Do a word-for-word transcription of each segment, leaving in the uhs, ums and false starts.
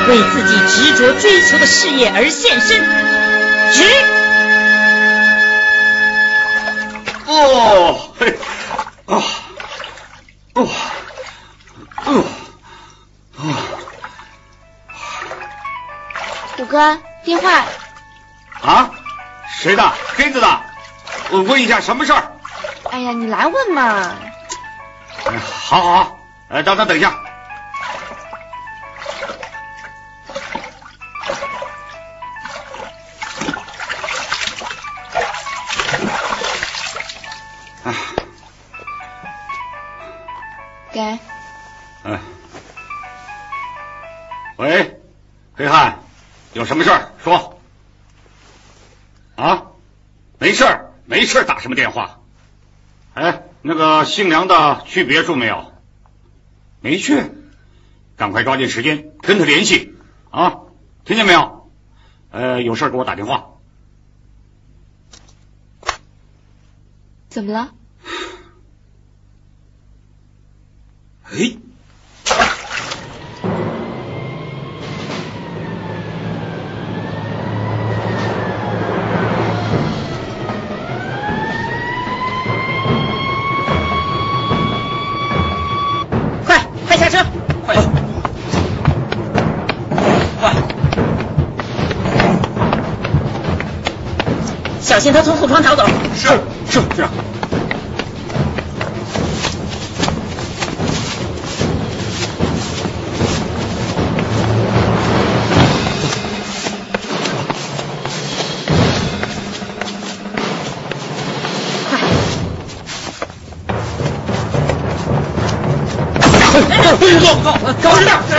为自己执着追求的事业而献身。直。 哦，嘿，啊，哦，哦，哦。 虎哥，电话。 啊？谁的？黑子的？我问一下什么事儿？ 哎呀，你来问嘛。 哎，好好好，呃，让他等一下。啊。 给。 嗯。喂，黑汉，有什么事儿说？啊？没事儿，没事儿，打什么电话？哎，那个姓梁的去别处没有？没去，赶快抓紧时间跟他联系啊！听见没有？呃，有事给我打电话。 怎么了？ 哎。 小心他从后窗逃走。 是是是。 快！ 走走，高着点。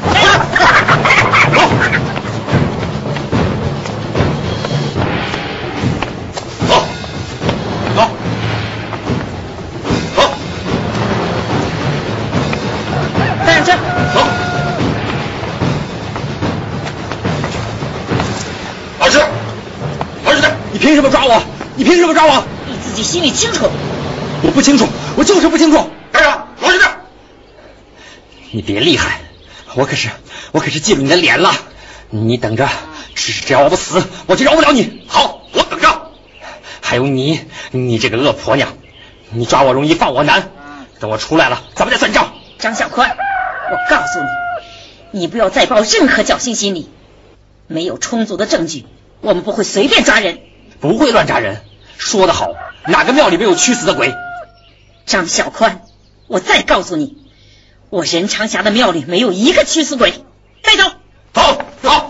凭什么抓我？你凭什么抓我？ 你自己心里清楚。 我不清楚，我就是不清楚。 队长，老实点。 你别厉害，我可是我可是记住你的脸了。你等着，只只要我不死，我就饶不了你。 好，我等着。 还有你，你这个恶婆娘，你抓我容易，放我难。等我出来了，咱们再算账。 张小宽，我告诉你，你不要再抱任何侥幸心理。没有充足的证据，我们不会随便抓人。 不会乱抓人，说得好，哪个庙里没有屈死的鬼？ 张小宽，我再告诉你，我任长霞的庙里没有一个屈死鬼。带走。 好，好。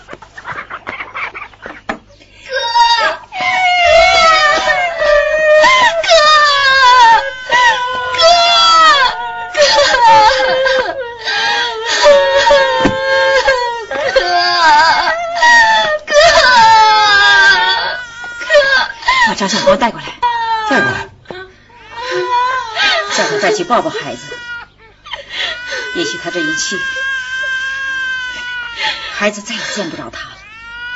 把张小光带过来， 带过来， 叫他再去抱抱孩子。也许他这一去，孩子再也见不着他了。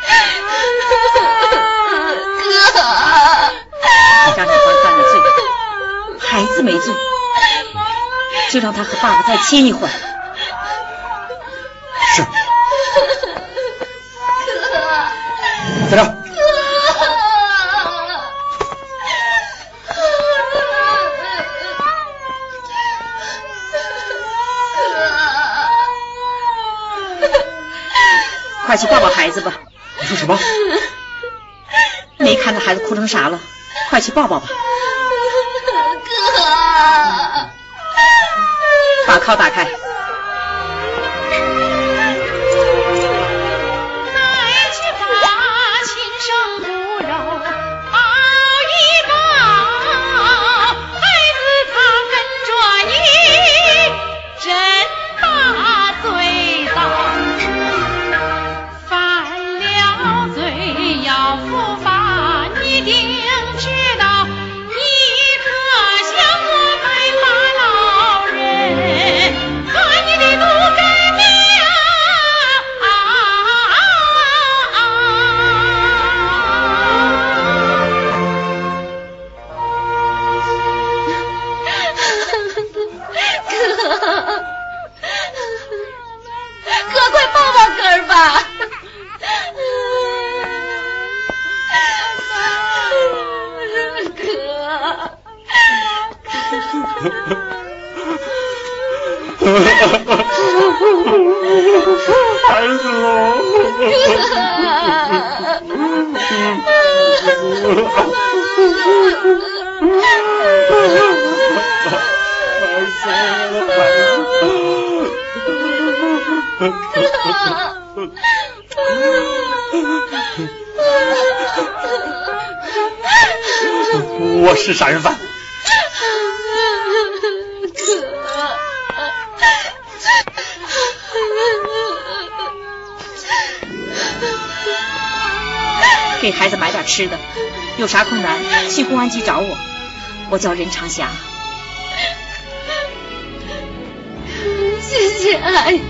哥， 张小光犯了罪，孩子没罪，就让他和爸爸再亲一会儿。 是。在这。 快去抱抱孩子吧。 你说什么？ 没看到孩子哭成啥了？快去抱抱吧。 哥， 把铐打开。 你可想我白发老人烦死了！ 我是杀人犯。 给孩子买点吃的，有啥困难去公安局找我，我叫任长霞。 谢谢阿姨。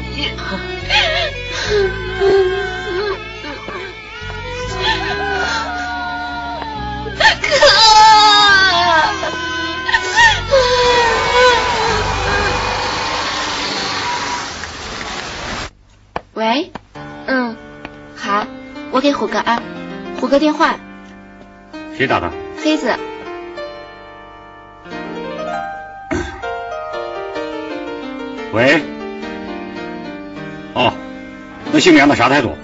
喂，嗯，好，我给虎哥啊，虎哥电话。 谁打的？ 黑子。 喂。哦，那姓梁的啥态度？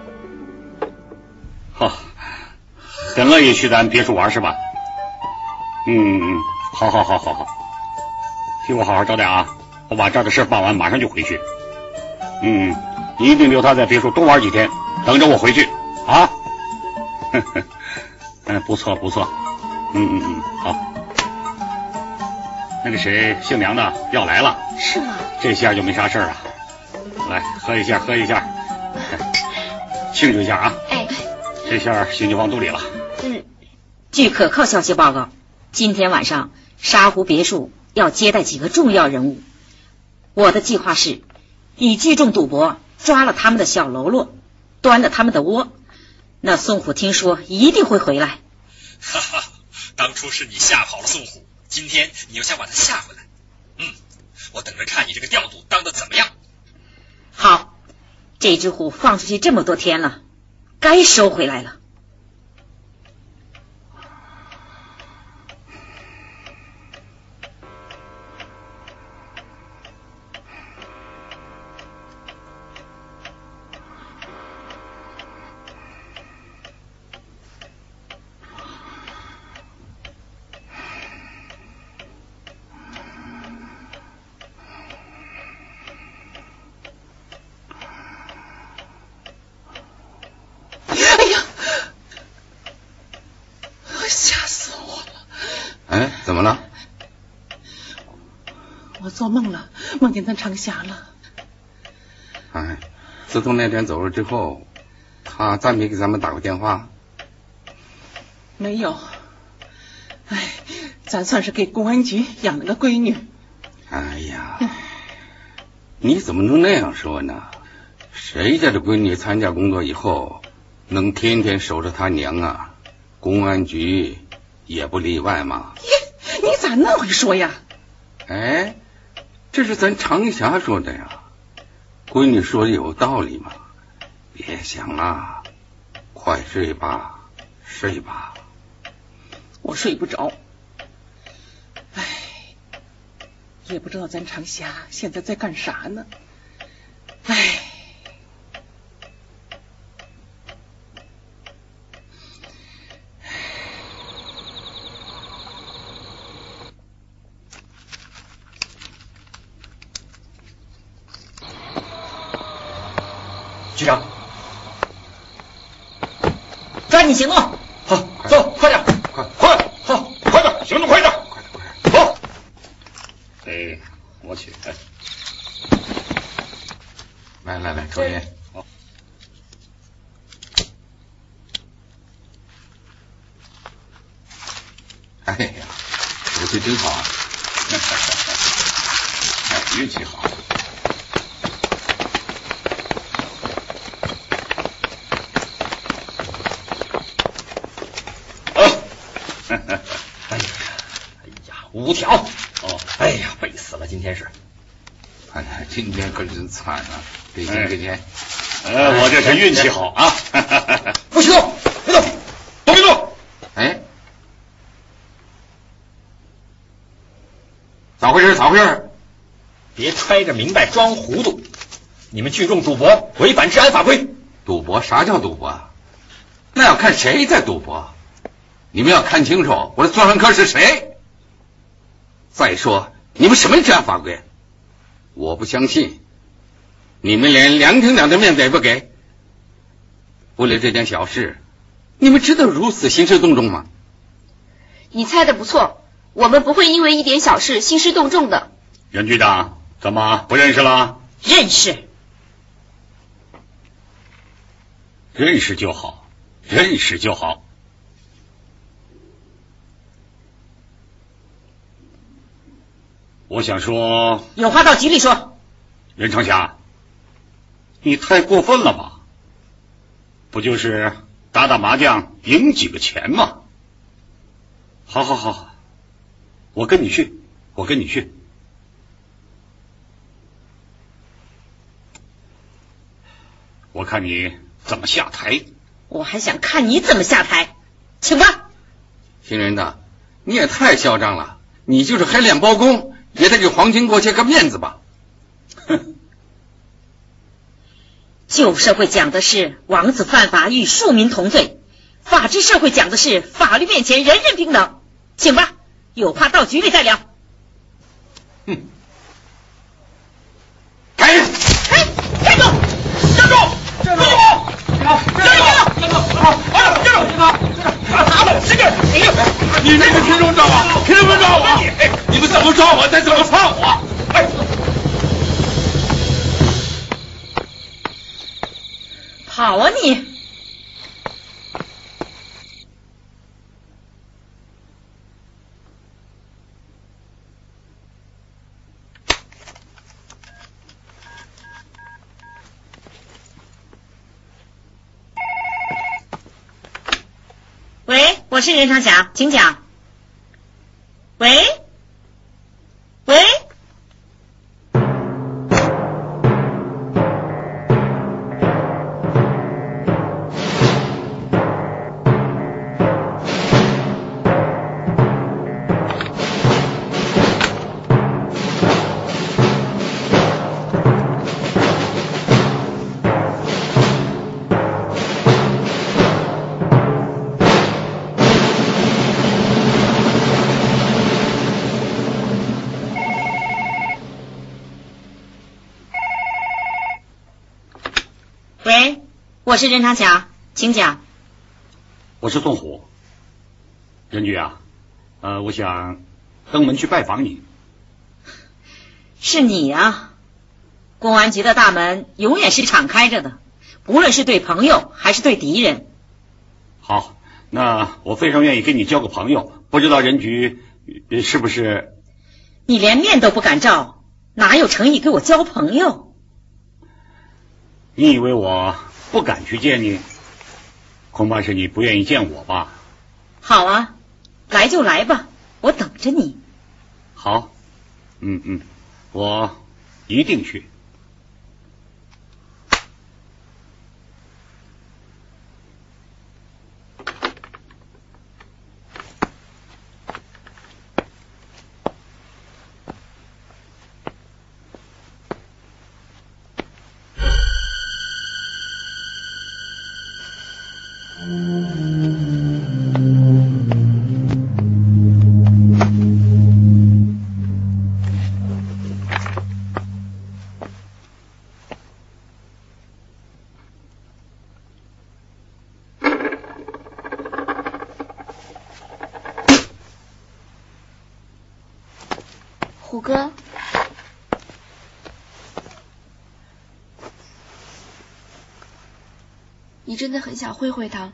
好，很乐意去咱别墅玩是吧？嗯嗯，好好好好好，替我好好招待啊！我把这儿的事办完，马上就回去。嗯，你一定留他在别墅多玩几天，等着我回去啊！呵呵，嗯，不错不错，嗯嗯嗯，好。那个谁，姓梁的要来了， 是吗？ 这下就没啥事儿了。来，喝一下，喝一下，庆祝一下啊！ 哎， 这下心就往肚里了。 嗯，据可靠消息报告，今天晚上沙湖别墅要接待几个重要人物。我的计划是，以聚众赌博抓了他们的小喽啰，端了他们的窝。那宋虎听说一定会回来。 哈哈，当初是你吓跑了宋虎，今天你又想把他吓回来。嗯，我等着看你这个调度当得怎么样。 好，这只虎放出去这么多天了，该收回来了。 怎么了？ 我做梦了，梦见咱长霞了。 哎，自从那天走了之后，他再没给咱们打过电话。 没有。哎，咱算是给公安局养了个闺女。 哎呀，你怎么能那样说呢？谁家的闺女参加工作以后，能天天守着他娘啊？公安局也不例外嘛。 你咋那会说呀？ 哎，这是咱长霞说的呀。闺女说的有道理嘛。别想了，快睡吧，睡吧。 我睡不着。哎，也不知道咱长霞现在在干啥呢。哎。 局长， 抓紧行动！ 好，走，快点， 快快，好，快点，行动快点， 快点，快点， 走。哎，我去，哎， 来来来，抽烟。 好。 哎呀，手气真好啊！ 哎，运气好。 哎呀，哎呀，五条哦，哎呀，背死了，今天是。 哎呀，今天可真惨啊！给钱，给钱。 呃，我这是运气好啊！ 不许动，别动， 动别动！ 哎， 咋回事？咋回事？ 别揣着明白装糊涂！你们聚众赌博，违反治安法规。 赌博？啥叫赌博？那要看谁在赌博。你们要看清楚，我的作案客是谁。再说，你们什么治安法规？我不相信，你们连两厅长的面子也不给。为了这件小事，你们值得如此兴师动众吗？ 你猜的不错，我们不会因为一点小事兴师动众的。 任局长，怎么不认识了？ 认识。 认识就好，认识就好。我想说， 有话到局里说。 任长霞，你太过分了吧？不就是打打麻将赢几个钱吗？好好好，我跟你去，我跟你去。我看你怎么下台。 我还想看你怎么下台，请吧。 听人的，你也太嚣张了，你就是黑脸包公，也得给皇亲国戚个面子吧。 哼， 旧社会讲的是王子犯法与庶民同罪，法治社会讲的是法律面前人人平等。请吧，有话到局里再聊。 哼， 开人！ 哎，站住！站住！站住！站住！站住！ 站住！你们是听众抓我，凭什么抓我？你们怎么抓我，再怎么判我？哎， 跑啊你！喂，我是任长霞，请讲。喂，喂。喂，我是任长霞，请讲。 我是宋虎。任局啊，呃，我想登门去拜访你。 是你啊，公安局的大门永远是敞开着的，不论是对朋友还是对敌人。 好，那我非常愿意跟你交个朋友，不知道任局是不是？ 你连面都不敢照，哪有诚意给我交朋友？ 你以为我不敢去见你？恐怕是你不愿意见我吧？ 好啊，来就来吧，我等着你。 好，嗯嗯，我一定去。 虎哥，你真的很想会会他？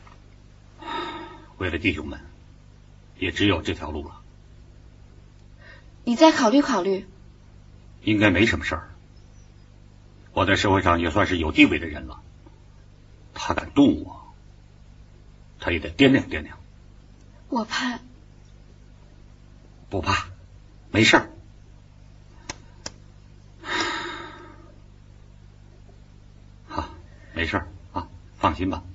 为了弟兄们，也只有这条路了。 你再考虑考虑。 应该没什么事儿。我在社会上也算是有地位的人了，他敢动我，他也得掂量掂量。 我怕。 不怕，没事儿。好， 没事啊，放心吧。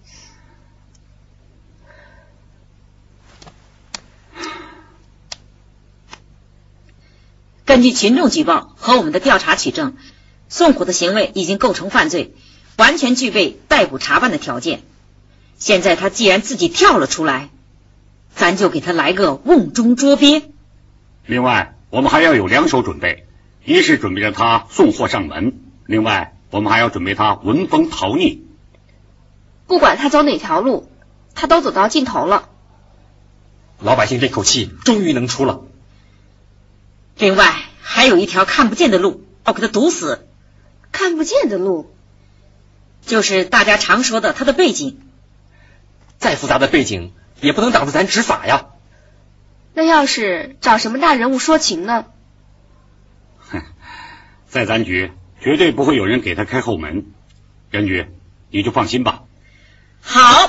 根据群众举报和我们的调查取证，宋虎的行为已经构成犯罪，完全具备逮捕查办的条件。现在他既然自己跳了出来，咱就给他来个瓮中捉鳖。 另外，我们还要有两手准备，一是准备着他送货上门，另外我们还要准备他闻风逃匿。 不管他走哪条路，他都走到尽头了。 老百姓这口气终于能出了。 另外还有一条看不见的路，要给他堵死。 看不见的路， 就是大家常说的他的背景。 再复杂的背景也不能挡住咱执法呀。 那要是找什么大人物说情呢？ 哼，在咱局绝对不会有人给他开后门，任局你就放心吧。 好。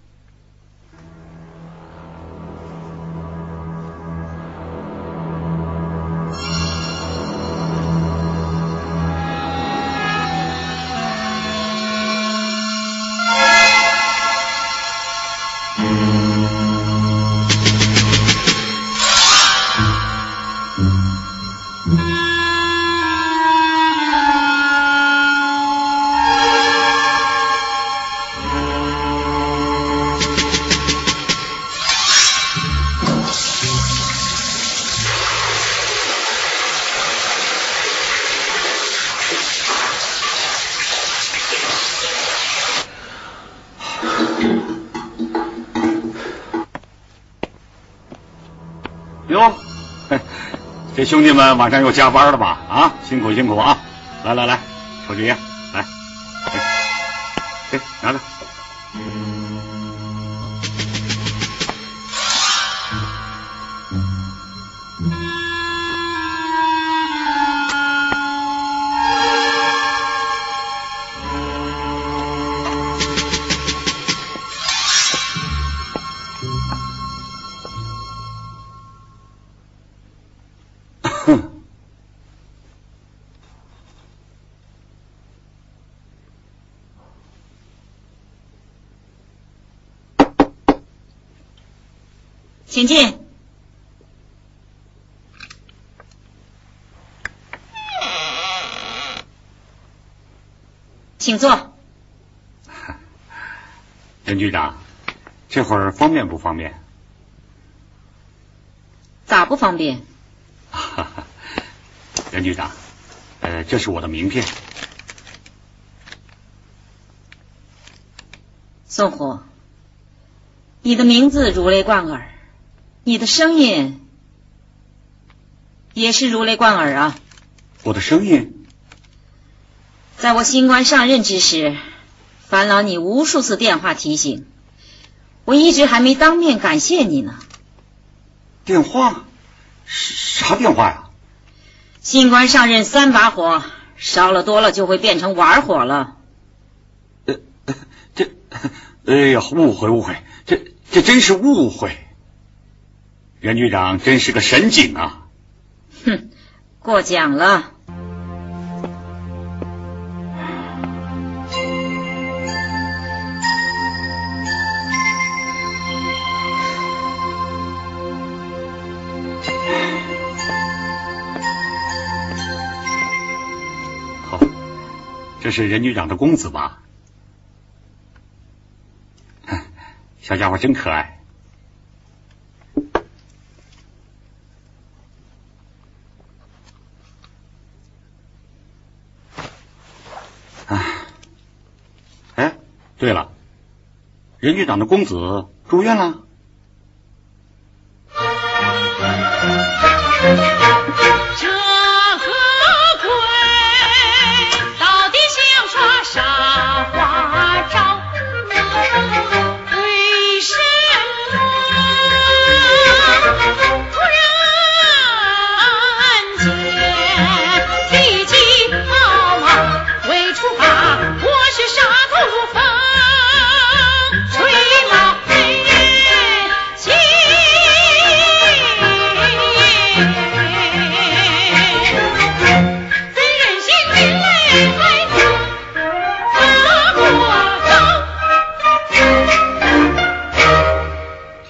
哟，这兄弟们晚上又加班了吧？啊，辛苦辛苦啊！来来来，抽支烟，来，给拿着。 请进。请坐。 任局长，这会儿方便不方便？ 咋不方便？ 任局长，呃，这是我的名片。 宋虎，你的名字如雷贯耳，你的声音也是如雷贯耳啊。 我的声音？ 在我新官上任之时，烦劳你无数次电话提醒，我一直还没当面感谢你呢。 电话？啥电话呀？ 新官上任三把火，烧了多了就会变成玩火了。 呃，这，哎呀，误会误会，这这真是误会。任局长真是个神警啊！ 哼，过奖了。 好，这是任局长的公子吧？小家伙真可爱。啊，哎，对了，任局长的公子住院了。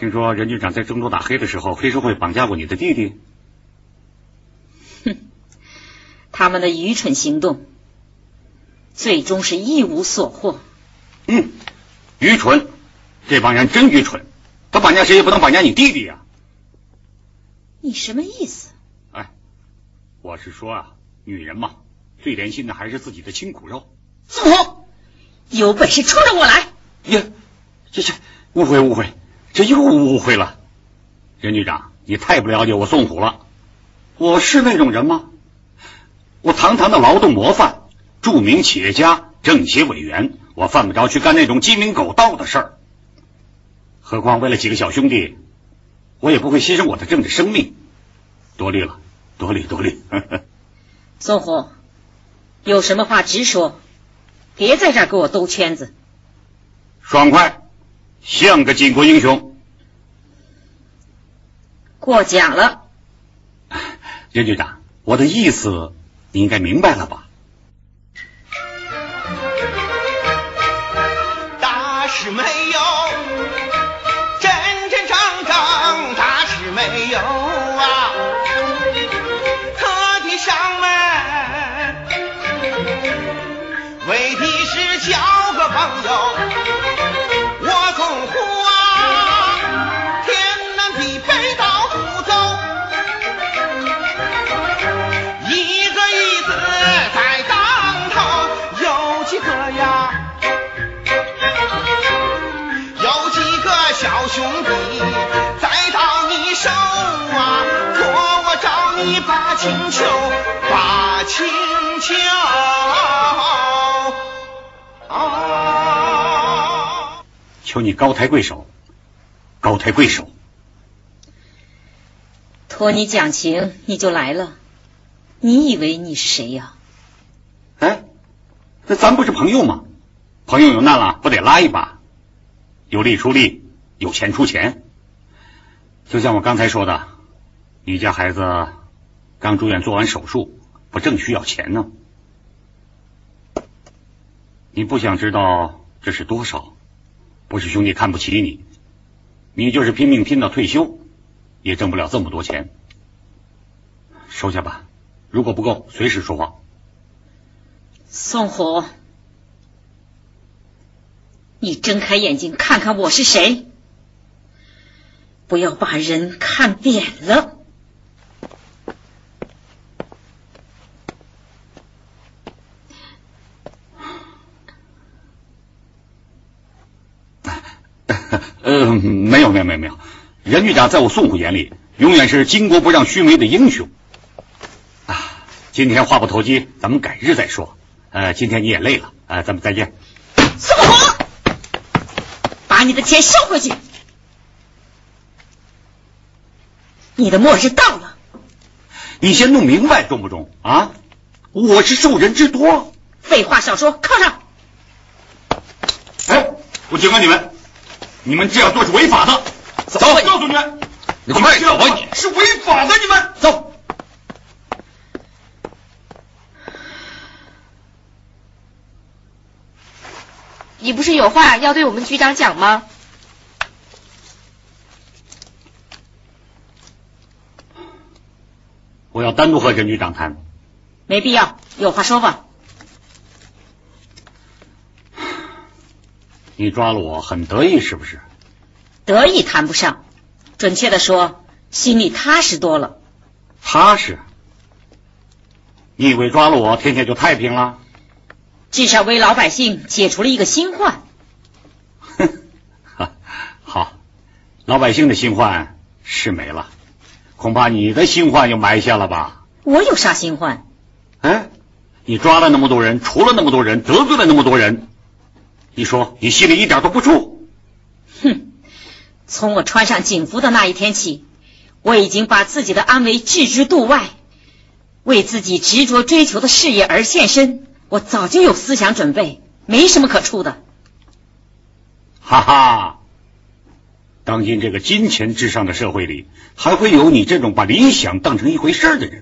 听说任局长在郑州打黑的时候，黑社会绑架过你的弟弟。 哼，他们的愚蠢行动，最终是一无所获。 嗯，愚蠢，这帮人真愚蠢，他绑架谁也不能绑架你弟弟呀、啊。 你什么意思？ 哎，我是说啊，女人嘛，最怜心的还是自己的亲骨肉。 宋红，有本事冲着我来！ 耶，这这误会误会，这又误会了。任局长，你太不了解我宋虎了。我是那种人吗？我堂堂的劳动模范，著名企业家，政协委员，我犯不着去干那种鸡鸣狗盗的事儿。何况为了几个小兄弟，我也不会牺牲我的政治生命。多虑了，多虑多虑。 宋虎，有什么话直说，别在这儿给我兜圈子。 爽快，像个巾帼英雄。 过奖了。 任局长，我的意思你应该明白了吧？ 大事没有，真真正正大事没有啊！特地上门，为的是交个朋友。我从虎啊，天南地北到处走，一个一字在当头，有几个呀？有几个小兄弟再到你手啊，托我找你把请求，把请求。 求你高抬贵手，高抬贵手。 托你讲情，你就来了？你以为你是谁呀？ 哎，那咱不是朋友吗？朋友有难了，不得拉一把？有力出力，有钱出钱。就像我刚才说的，你家孩子刚住院做完手术，不正需要钱呢？你不想知道这是多少？不是兄弟看不起你，你就是拼命拼到退休，也挣不了这么多钱。收下吧，如果不够，随时说话。 宋虎，你睁开眼睛看看我是谁，不要把人看扁了。 呃，没有没有没有没有，任局长在我宋虎眼里永远是巾帼不让须眉的英雄啊！今天话不投机，咱们改日再说。呃，今天你也累了，呃，咱们再见。 宋虎，把你的钱收回去，你的末日到了。 你先弄明白中不中啊？我是受人之多。 废话少说，铐上。 哎，我警告你们，你们这样做是违法的。走，告诉你们， 你快走吧，你是违法的，你们走。 你不是有话要对我们局长讲吗？ 我要单独和任局长谈。 没必要，有话说吧。 你抓了我很得意是不是？ 得意谈不上，准确的说，心里踏实多了。 踏实？你以为抓了我，天下就太平了？ 至少为老百姓解除了一个心患。 哼，好，老百姓的心患是没了，恐怕你的心患又埋下了吧？ 我有啥心患？ 哎，你抓了那么多人，除了那么多人，得罪了那么多人，你说你心里一点都不怵？ 哼，从我穿上警服的那一天起，我已经把自己的安危置之度外，为自己执着追求的事业而献身。我早就有思想准备，没什么可出的。 哈哈，当今这个金钱至上的社会里，还会有你这种把理想当成一回事的人，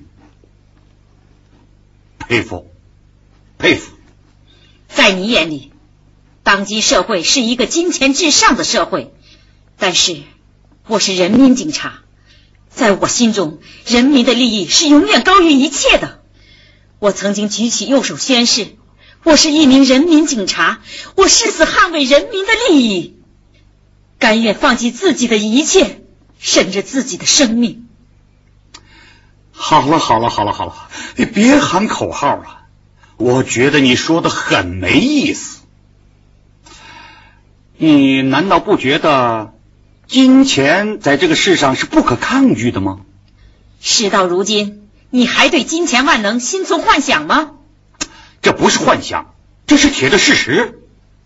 佩服，佩服。 在你眼里，当今社会是一个金钱至上的社会，但是我是人民警察，在我心中，人民的利益是永远高于一切的。我曾经举起右手宣誓，我是一名人民警察，我誓死捍卫人民的利益，甘愿放弃自己的一切，甚至自己的生命。 好了好了好了好了，你别喊口号了，我觉得你说的很没意思。你难道不觉得金钱在这个世上是不可抗拒的吗？ 事到如今，你还对金钱万能心存幻想吗？ 这不是幻想，这是铁的事实。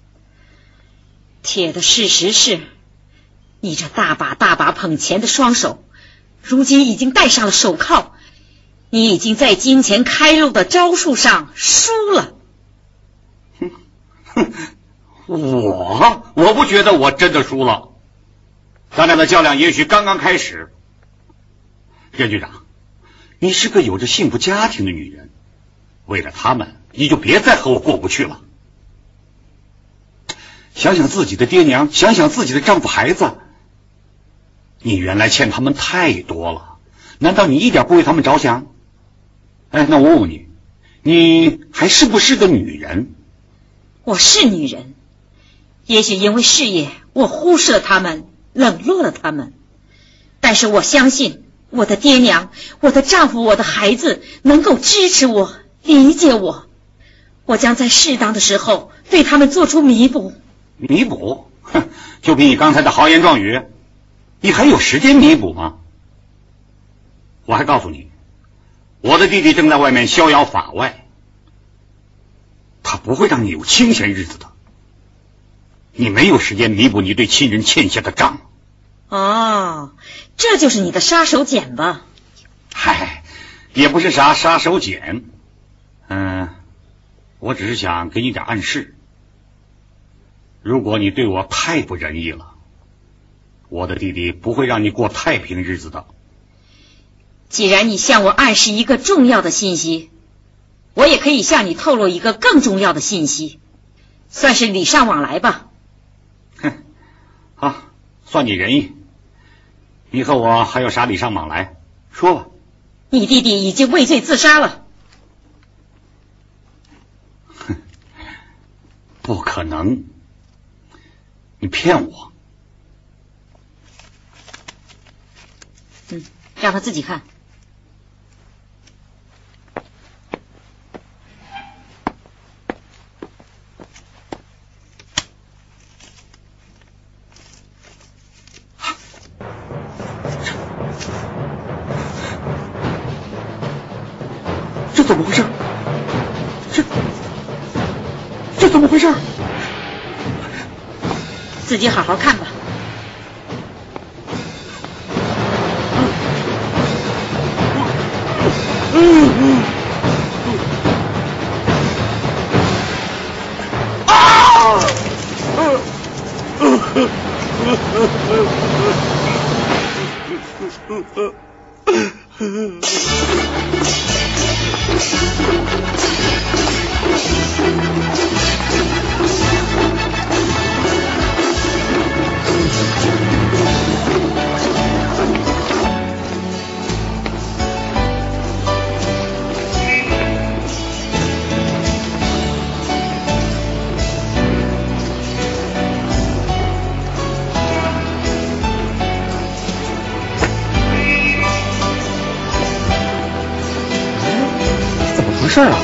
铁的事实是，你这大把大把捧钱的双手，如今已经戴上了手铐，你已经在金钱开路的招数上输了。 哼哼，我我不觉得我真的输了，咱俩的较量也许刚刚开始。任局长，你是个有着幸福家庭的女人，为了他们，你就别再和我过不去了。想想自己的爹娘，想想自己的丈夫孩子，你原来欠他们太多了，难道你一点不为他们着想？哎，那我问问你，你还是不是个女人？ 我是女人，也许因为事业，我忽视了他们，冷落了他们，但是我相信我的爹娘，我的丈夫，我的孩子能够支持我，理解我，我将在适当的时候对他们做出弥补。 弥补？哼，就凭你刚才的豪言壮语，你还有时间弥补吗？我还告诉你，我的弟弟正在外面逍遥法外，他不会让你有清闲日子的。你没有时间弥补你对亲人欠下的账。 哦，这就是你的杀手锏吧？ 嗨，也不是啥杀手锏，嗯，我只是想给你点暗示。如果你对我太不仁义了，我的弟弟不会让你过太平日子的。 既然你向我暗示一个重要的信息，我也可以向你透露一个更重要的信息，算是礼尚往来吧。 哼，好，算你仁义。你和我还有啥礼尚往来？说吧。 你弟弟已经畏罪自杀了。 哼，不可能，你骗我。 嗯，让他自己看。 这怎么回事？这这怎么回事？ 自己好好看吧。 嗯嗯啊！嗯嗯嗯嗯嗯。事啊！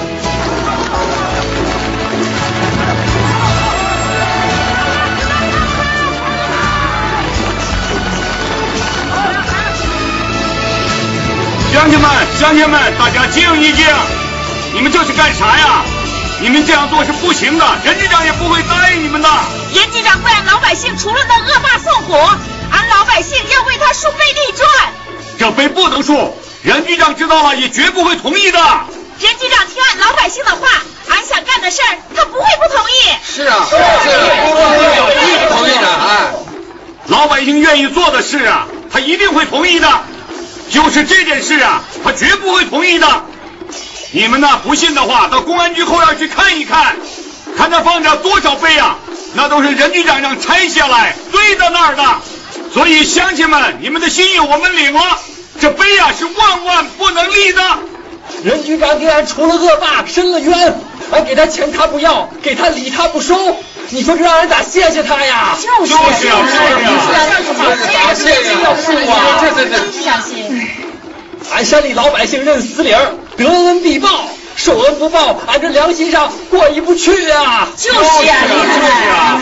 乡亲们，乡亲们，大家静一静！你们这是干啥呀？你们这样做是不行的，任局长也不会答应你们的。 任局长会让老百姓除了那恶霸送火，俺老百姓要为他树碑立传。 这碑不能树，任局长知道了也绝不会同意的。 任局长听俺老百姓的话，俺想干的事儿，他不会不同意。 是啊，是啊，不同意的啊！ 老百姓愿意做的事啊，他一定会同意的。就是这件事啊，他绝不会同意的。你们呢，不信的话，到公安局后院去看一看，看那放着多少碑啊，那都是任局长让拆下来堆在那儿的。 所以乡亲们，你们的心意我们领了，这碑啊是万万不能立的。 任局长给俺除了恶霸，伸了冤，俺给他钱他不要，给他礼他不收，你说这让人咋谢谢他呀？ 就是就是啊， 就是啊， 咋谢谢呀？是啊，这这这， 相信俺山里老百姓认死理儿，得恩必报，受恩不报，俺这良心上过意不去啊！ 就是呀， 就是啊，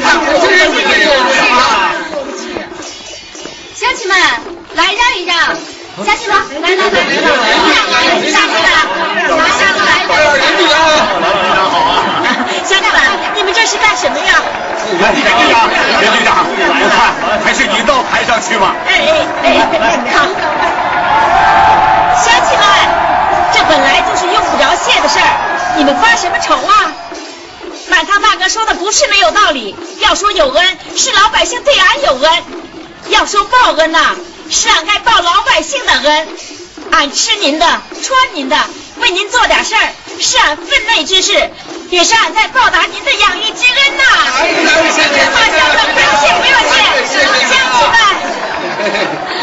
乡亲们，来让一让，乡亲们，来来来来来，下去了，马上来了， 任局长， 任局长好啊！ 乡亲们，你们这是干什么呀？ 任局长，任局长，我看还是你到台上去吧。 哎哎哎，好，乡亲们，这本来就是用不着谢的事儿，你们发什么愁啊？满堂大哥说的不是没有道理，要说有恩，是老百姓对俺有恩；要说报恩呐、啊，是俺该报老百姓的恩。俺吃您的，穿您的，为您做点事儿，是俺分内之事，也是俺在报答您的养育之恩呐、啊。大家们不要谢，不要谢，乡亲们。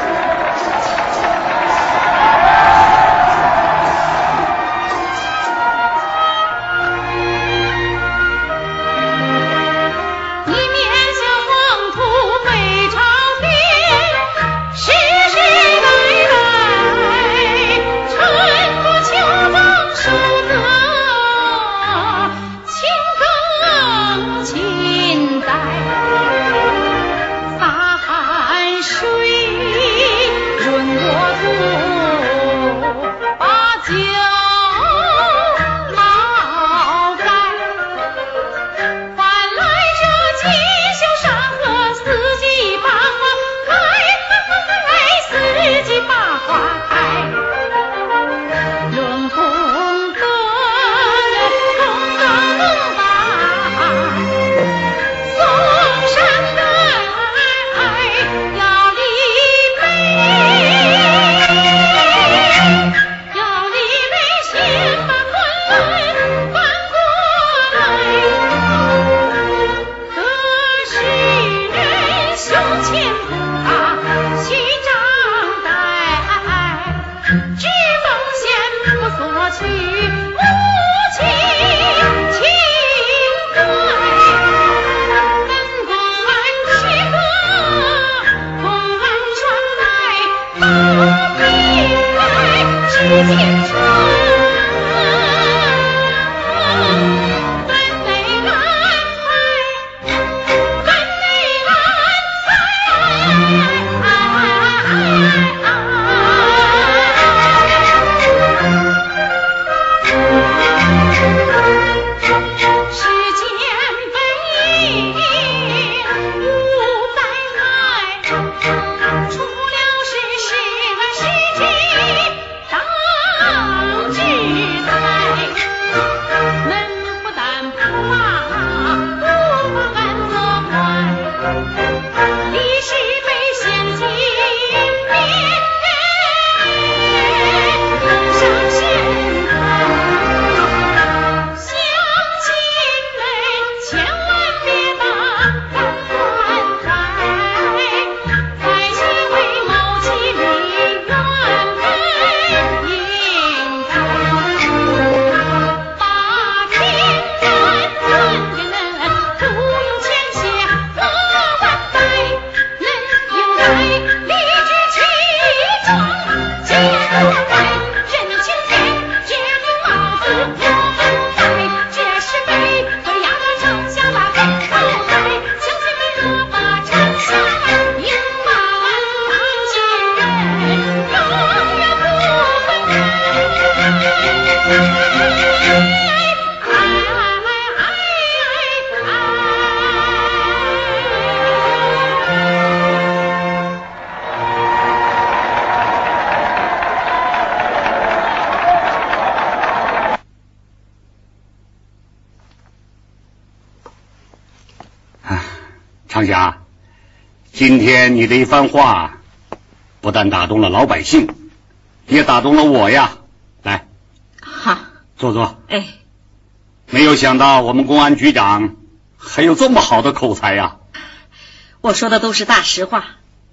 常霞，今天你的一番话，不但打动了老百姓，也打动了我呀。来， 好， 坐坐。 哎， 没有想到我们公安局长还有这么好的口才呀。 我说的都是大实话，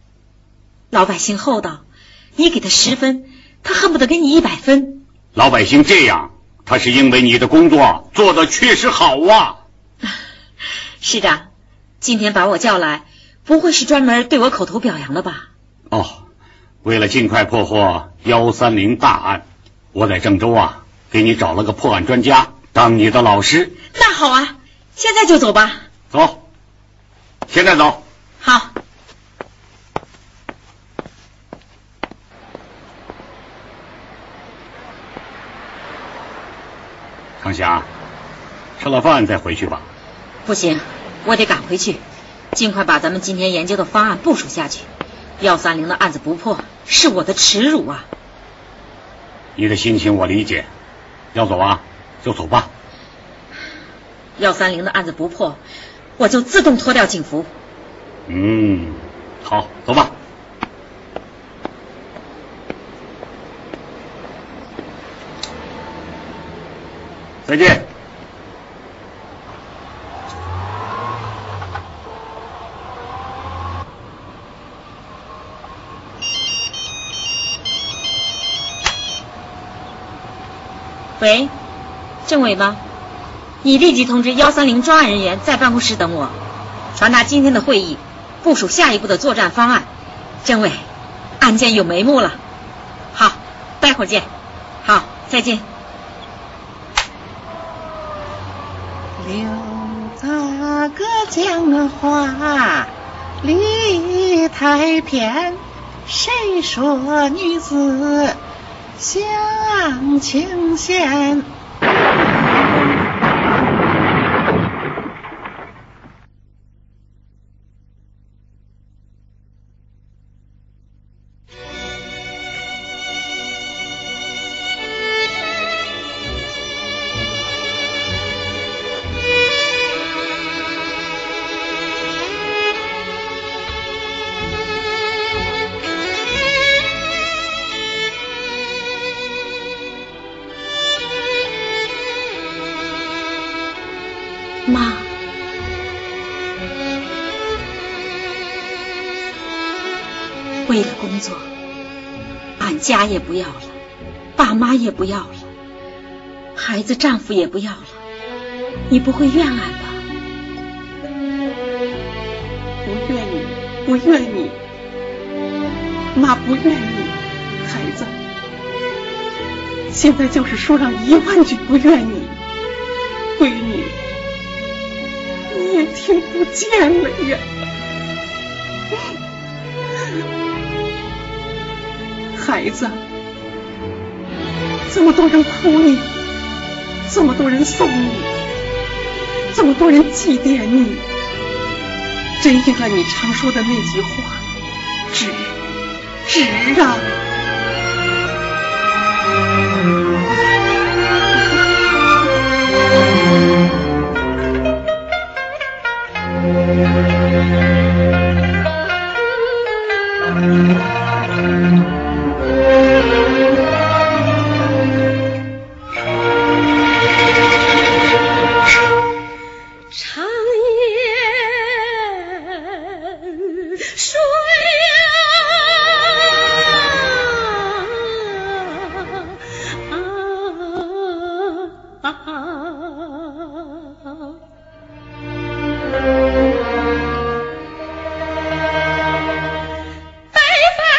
老百姓厚道，你给他十分，他恨不得给你一百分。 老百姓这样，他是因为你的工作做得确实好啊。 市长，今天把我叫来，不会是专门对我口头表扬的吧？ 哦，为了尽快破获幺三零大案，我在郑州啊，给你找了个破案专家当你的老师。 那好啊，现在就走吧。 走，现在走。 好。 长霞，吃了饭再回去吧。 不行，我得赶回去，尽快把咱们今天研究的方案部署下去。幺三零的案子不破，是我的耻辱啊！ 你的心情我理解，要走啊就走吧。 幺三零的案子不破，我就自动脱掉警服。 嗯，好，走吧。再见。 喂，政委吗？你立即通知幺三零专案人员在办公室等我，传达今天的会议，部署下一步的作战方案。政委，案件有眉目了。好，待会儿见。好，再见。 刘大哥讲话理太偏，谁说女子相情线？ 妈，为了工作，俺家也不要了，爸妈也不要了，孩子丈夫也不要了，你不会怨俺吧？ 不怨你，不怨你，妈不怨你，孩子。现在就是说上一万句不怨你，闺女。你也听不见了呀，孩子，这么多人哭你，这么多人送你，这么多人祭奠你，真应了你常说的那句话，值，值啊！ 白发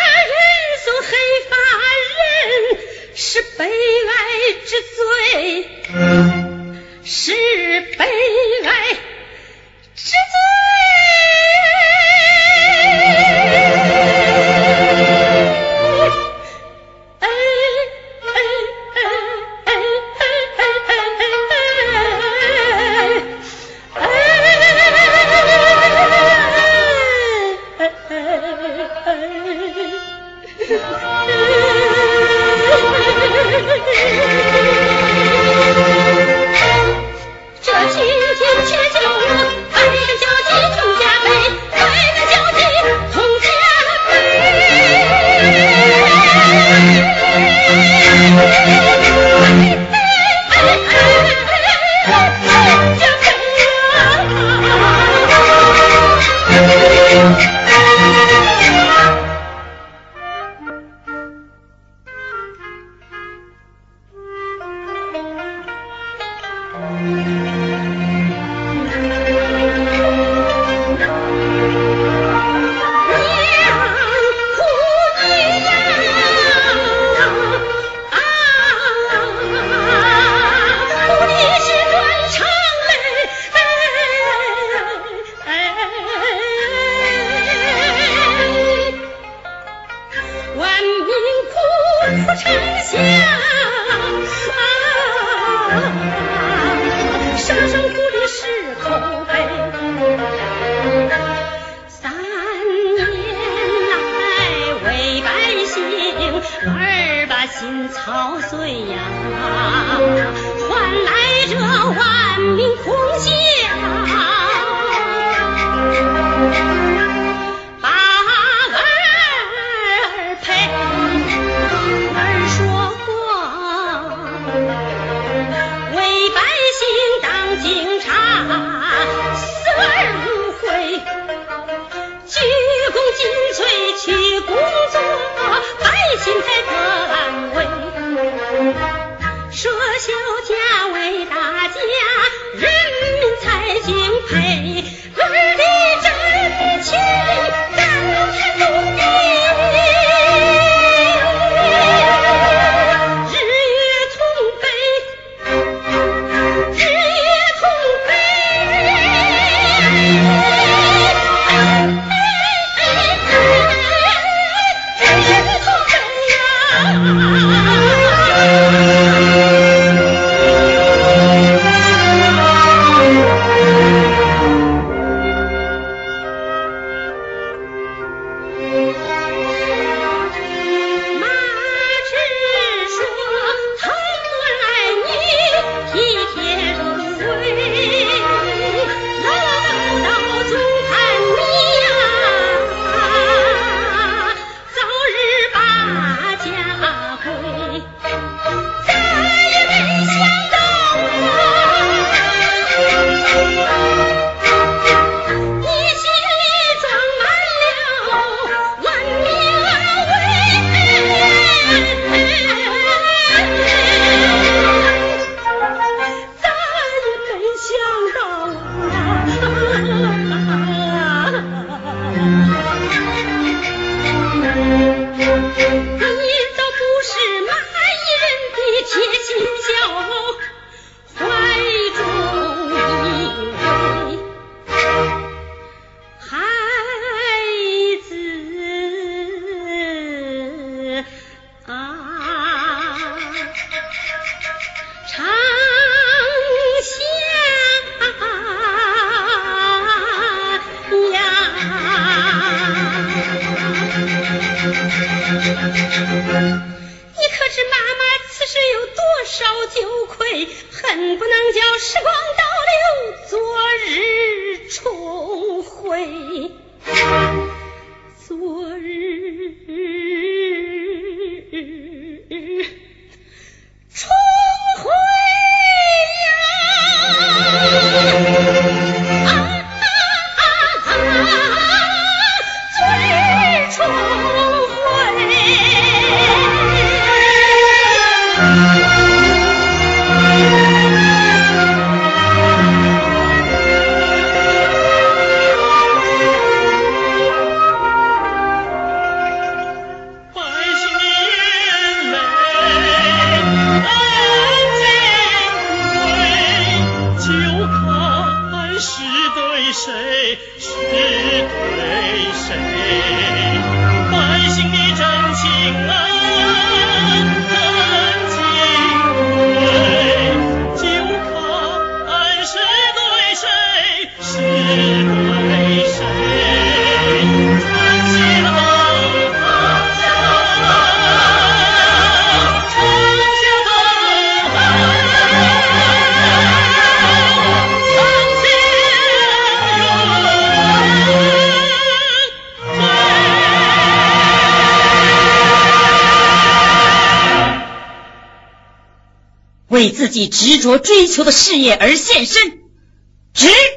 为自己执着追求的事业而献身，值。